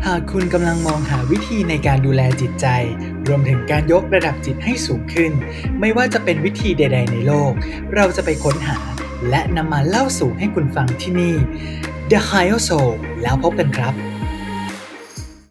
หากคุณกำลังมองหาวิธีในการดูแลจิตใจรวมถึงการยกระดับจิตให้สูงขึ้นไม่ว่าจะเป็นวิธีใดๆในโลกเราจะไปค้นหาและนำมาเล่าสู่ให้คุณฟังที่นี่ The Higher Soul แล้วพบกันครับ